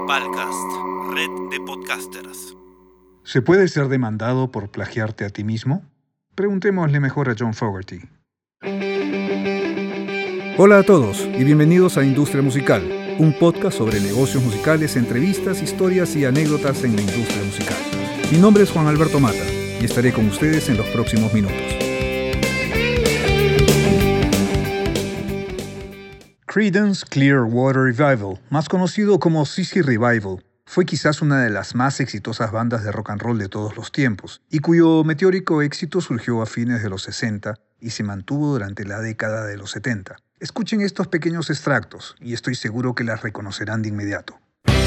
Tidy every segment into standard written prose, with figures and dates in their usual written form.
Grupalcast, red de podcasters. ¿Se puede ser demandado por plagiarte a ti mismo? Preguntémosle mejor a John Fogerty. Hola a todos y bienvenidos a Industria Musical, un podcast sobre negocios musicales, entrevistas, historias y anécdotas en la industria musical. Mi nombre es Juan Alberto Mata y estaré con ustedes en los próximos minutos. Creedence Clearwater Revival, más conocido como CC Revival, fue quizás una de las más exitosas bandas de rock and roll de todos los tiempos, y cuyo meteórico éxito surgió a fines de los 60 y se mantuvo durante la década de los 70. Escuchen estos pequeños extractos, y estoy seguro que las reconocerán de inmediato.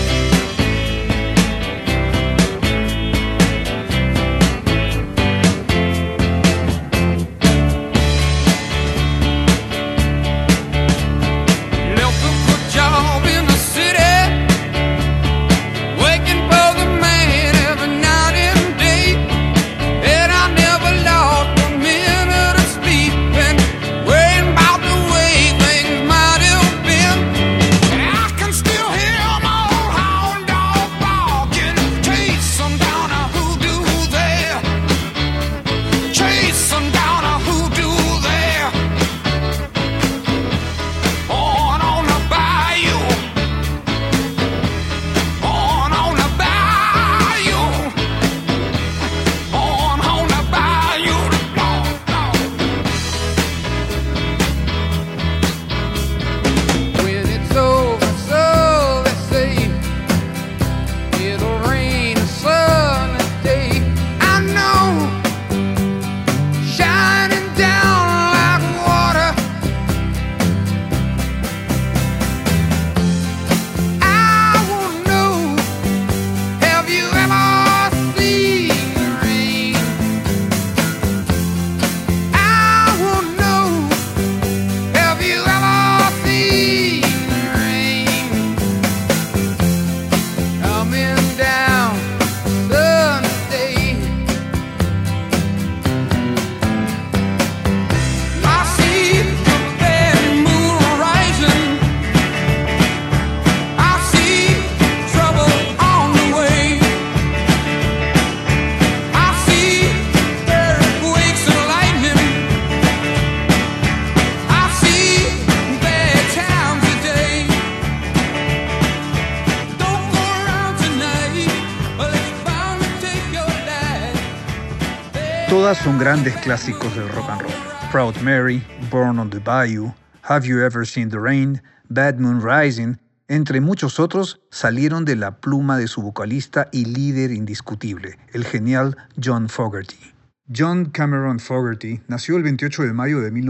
Todas son grandes clásicos del rock and roll. Proud Mary, Born on the Bayou, Have You Ever Seen the Rain, Bad Moon Rising, entre muchos otros, salieron de la pluma de su vocalista y líder indiscutible, el genial John Fogerty. John Cameron Fogerty nació el 28 de mayo de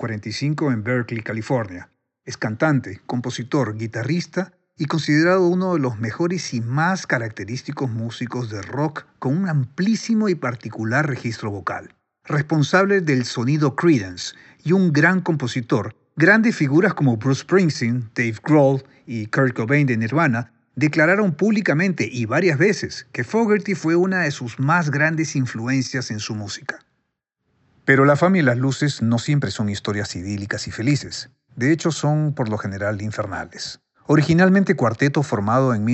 1945 en Berkeley, California. Es cantante, compositor, guitarrista y considerado uno de los mejores y más característicos músicos de rock con un amplísimo y particular registro vocal. Responsable del sonido Creedence y un gran compositor, grandes figuras como Bruce Springsteen, Dave Grohl y Kurt Cobain de Nirvana declararon públicamente y varias veces que Fogerty fue una de sus más grandes influencias en su música. Pero la fama y las luces no siempre son historias idílicas y felices. De hecho, son por lo general infernales. Originalmente cuarteto formado en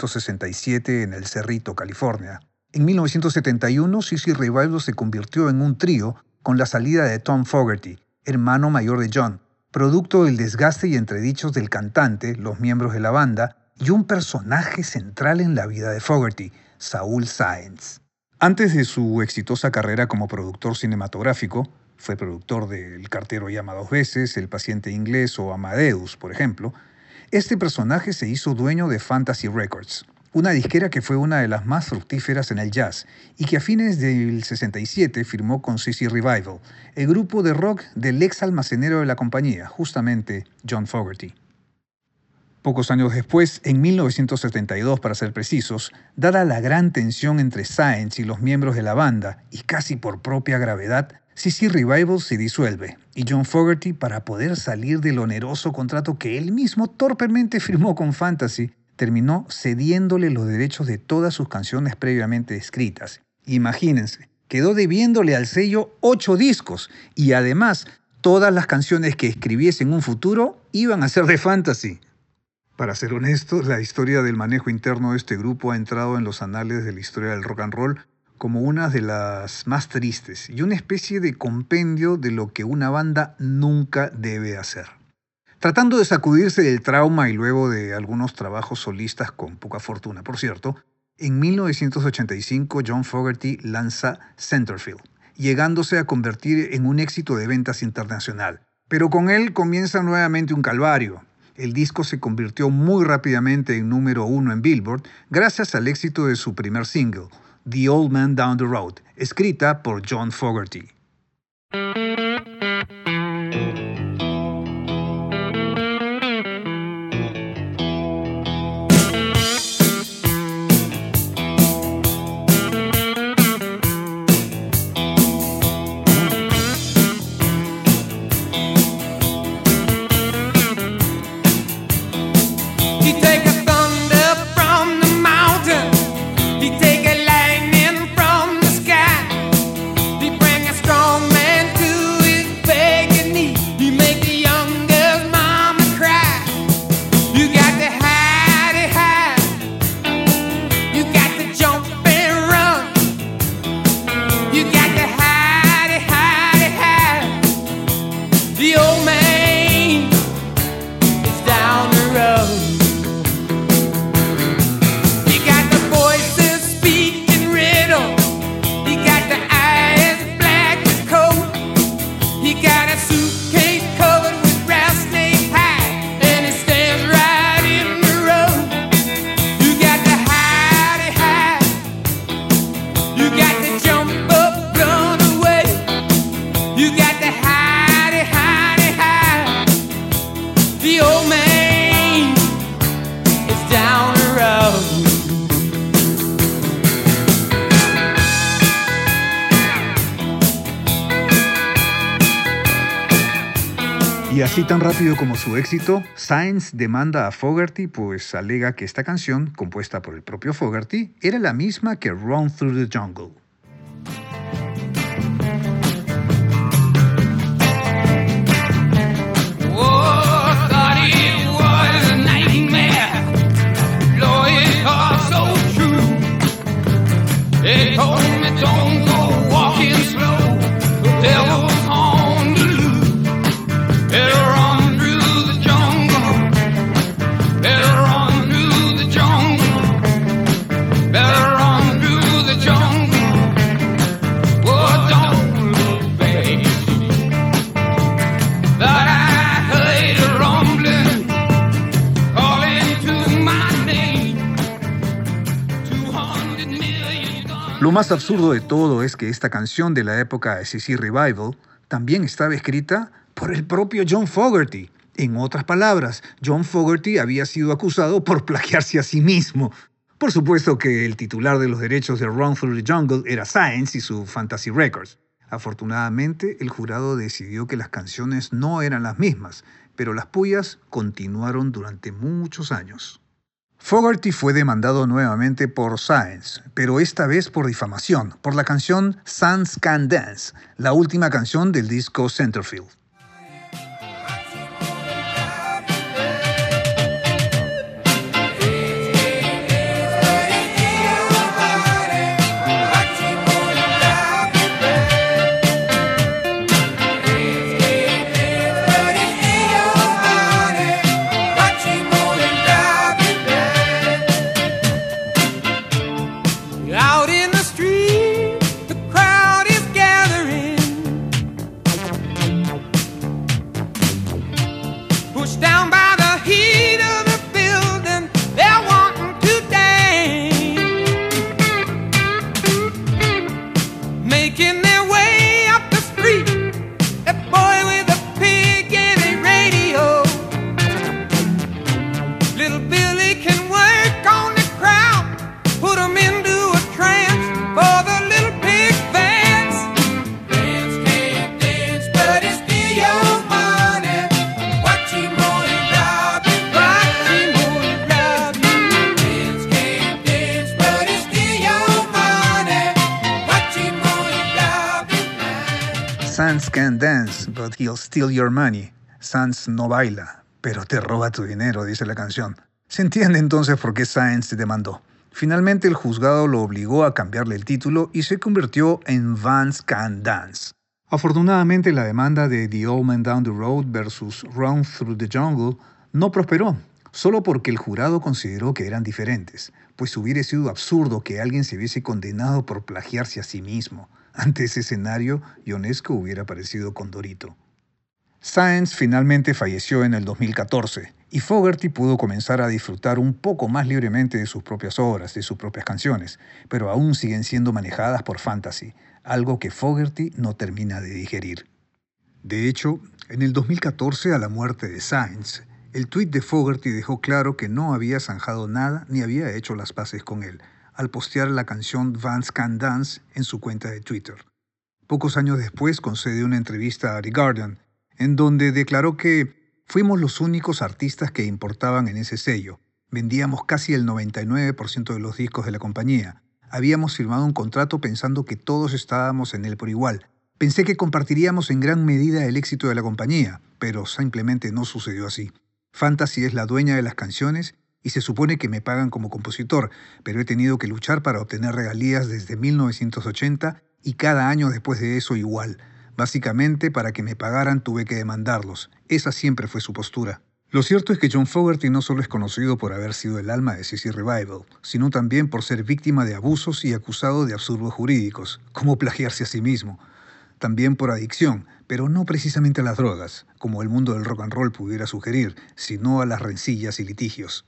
1967 en El Cerrito, California. En 1971, CC Revival se convirtió en un trío con la salida de Tom Fogerty, hermano mayor de John, producto del desgaste y entredichos del cantante, los miembros de la banda y un personaje central en la vida de Fogerty, Saul Sáenz. Antes de su exitosa carrera como productor cinematográfico, fue productor de El cartero llama dos veces, El paciente inglés o Amadeus, por ejemplo, este personaje se hizo dueño de Fantasy Records, una disquera que fue una de las más fructíferas en el jazz y que a fines del 67 firmó con CC Revival, el grupo de rock del ex almacenero de la compañía, justamente John Fogerty. Pocos años después, en 1972 para ser precisos, dada la gran tensión entre Sáenz y los miembros de la banda, y casi por propia gravedad, CC Revival se disuelve y John Fogerty, para poder salir del oneroso contrato que él mismo torpemente firmó con Fantasy, terminó cediéndole los derechos de todas sus canciones previamente escritas. Imagínense, quedó debiéndole al sello 8 discos y además todas las canciones que escribiese en un futuro iban a ser de Fantasy. Para ser honesto, la historia del manejo interno de este grupo ha entrado en los anales de la historia del rock and roll como una de las más tristes y una especie de compendio de lo que una banda nunca debe hacer. Tratando de sacudirse del trauma y luego de algunos trabajos solistas con poca fortuna, por cierto, en 1985 John Fogerty lanza Centerfield, llegándose a convertir en un éxito de ventas internacional. Pero con él comienza nuevamente un calvario. El disco se convirtió muy rápidamente en número 1 en Billboard gracias al éxito de su primer single, The Old Man Down the Road, escrita por John Fogerty. Y así tan rápido como su éxito, Sáenz demanda a Fogerty, pues alega que esta canción, compuesta por el propio Fogerty, era la misma que Run Through the Jungle. Lo más absurdo de todo es que esta canción de la época SEC Revival también estaba escrita por el propio John Fogerty. En otras palabras, John Fogerty había sido acusado por plagiarse a sí mismo. Por supuesto que el titular de los derechos de Run Through the Jungle era Sáenz y su Fantasy Records. Afortunadamente, el jurado decidió que las canciones no eran las mismas, pero las pullas continuaron durante muchos años. Fogerty fue demandado nuevamente por Sáenz, pero esta vez por difamación, por la canción Suns Can Dance, la última canción del disco Centerfield. Sáenz can dance, but he'll steal your money. Sáenz no baila, pero te roba tu dinero, dice la canción. Se entiende entonces por qué Sáenz demandó. Finalmente el juzgado lo obligó a cambiarle el título y se convirtió en Vans Can Dance. Afortunadamente la demanda de The Old Man Down the Road versus Run Through the Jungle no prosperó, solo porque el jurado consideró que eran diferentes, pues hubiera sido absurdo que alguien se viese condenado por plagiarse a sí mismo. Ante ese escenario, Ionesco hubiera aparecido con Dorito. Sáenz finalmente falleció en el 2014 y Fogerty pudo comenzar a disfrutar un poco más libremente de sus propias obras, de sus propias canciones, pero aún siguen siendo manejadas por Fantasy, algo que Fogerty no termina de digerir. De hecho, en el 2014, a la muerte de Sáenz, el tuit de Fogerty dejó claro que no había zanjado nada ni había hecho las paces con él, al postear la canción Vans Can Dance en su cuenta de Twitter. Pocos años después concedió una entrevista a The Guardian, en donde declaró que fuimos los únicos artistas que importaban en ese sello. Vendíamos casi el 99% de los discos de la compañía. Habíamos firmado un contrato pensando que todos estábamos en él por igual. Pensé que compartiríamos en gran medida el éxito de la compañía, pero simplemente no sucedió así. Fantasy es la dueña de las canciones y se supone que me pagan como compositor, pero he tenido que luchar para obtener regalías desde 1980 y cada año después de eso igual. Básicamente, para que me pagaran tuve que demandarlos. Esa siempre fue su postura. Lo cierto es que John Fogerty no solo es conocido por haber sido el alma de CC Revival, sino también por ser víctima de abusos y acusado de absurdos jurídicos, como plagiarse a sí mismo. También por adicción, pero no precisamente a las drogas, como el mundo del rock and roll pudiera sugerir, sino a las rencillas y litigios.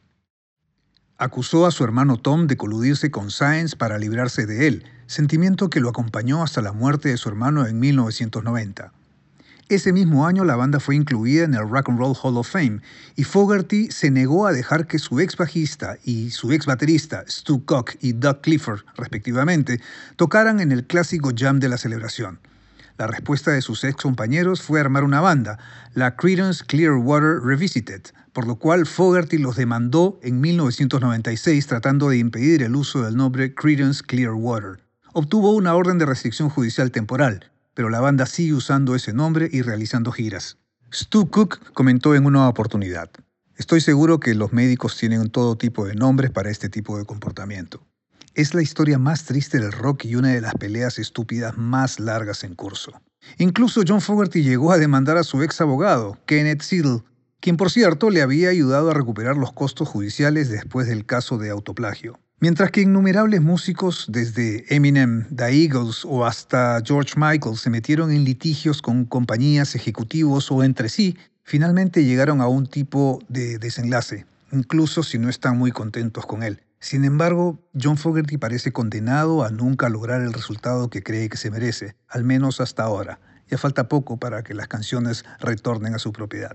Acusó a su hermano Tom de coludirse con Sáenz para librarse de él, sentimiento que lo acompañó hasta la muerte de su hermano en 1990. Ese mismo año la banda fue incluida en el Rock and Roll Hall of Fame y Fogerty se negó a dejar que su ex bajista y su ex baterista Stu Cook y Doug Clifford, respectivamente, tocaran en el clásico jam de la celebración. La respuesta de sus ex compañeros fue armar una banda, la Creedence Clearwater Revisited, por lo cual Fogerty los demandó en 1996 tratando de impedir el uso del nombre Creedence Clearwater. Obtuvo una orden de restricción judicial temporal, pero la banda sigue usando ese nombre y realizando giras. Stu Cook comentó en una oportunidad: "Estoy seguro que los médicos tienen todo tipo de nombres para este tipo de comportamiento. Es la historia más triste del rock y una de las peleas estúpidas más largas en curso". Incluso John Fogerty llegó a demandar a su ex abogado, Kenneth Seidel, quien por cierto le había ayudado a recuperar los costos judiciales después del caso de autoplagio. Mientras que innumerables músicos, desde Eminem, The Eagles o hasta George Michael, se metieron en litigios con compañías, ejecutivos o entre sí, finalmente llegaron a un tipo de desenlace, incluso si no están muy contentos con él. Sin embargo, John Fogerty parece condenado a nunca lograr el resultado que cree que se merece, al menos hasta ahora. Ya falta poco para que las canciones retornen a su propiedad.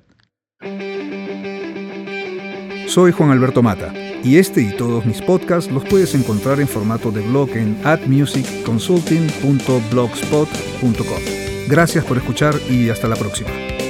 Soy Juan Alberto Mata, y este y todos mis podcasts los puedes encontrar en formato de blog en @musicconsulting.blogspot.com. Gracias por escuchar y hasta la próxima.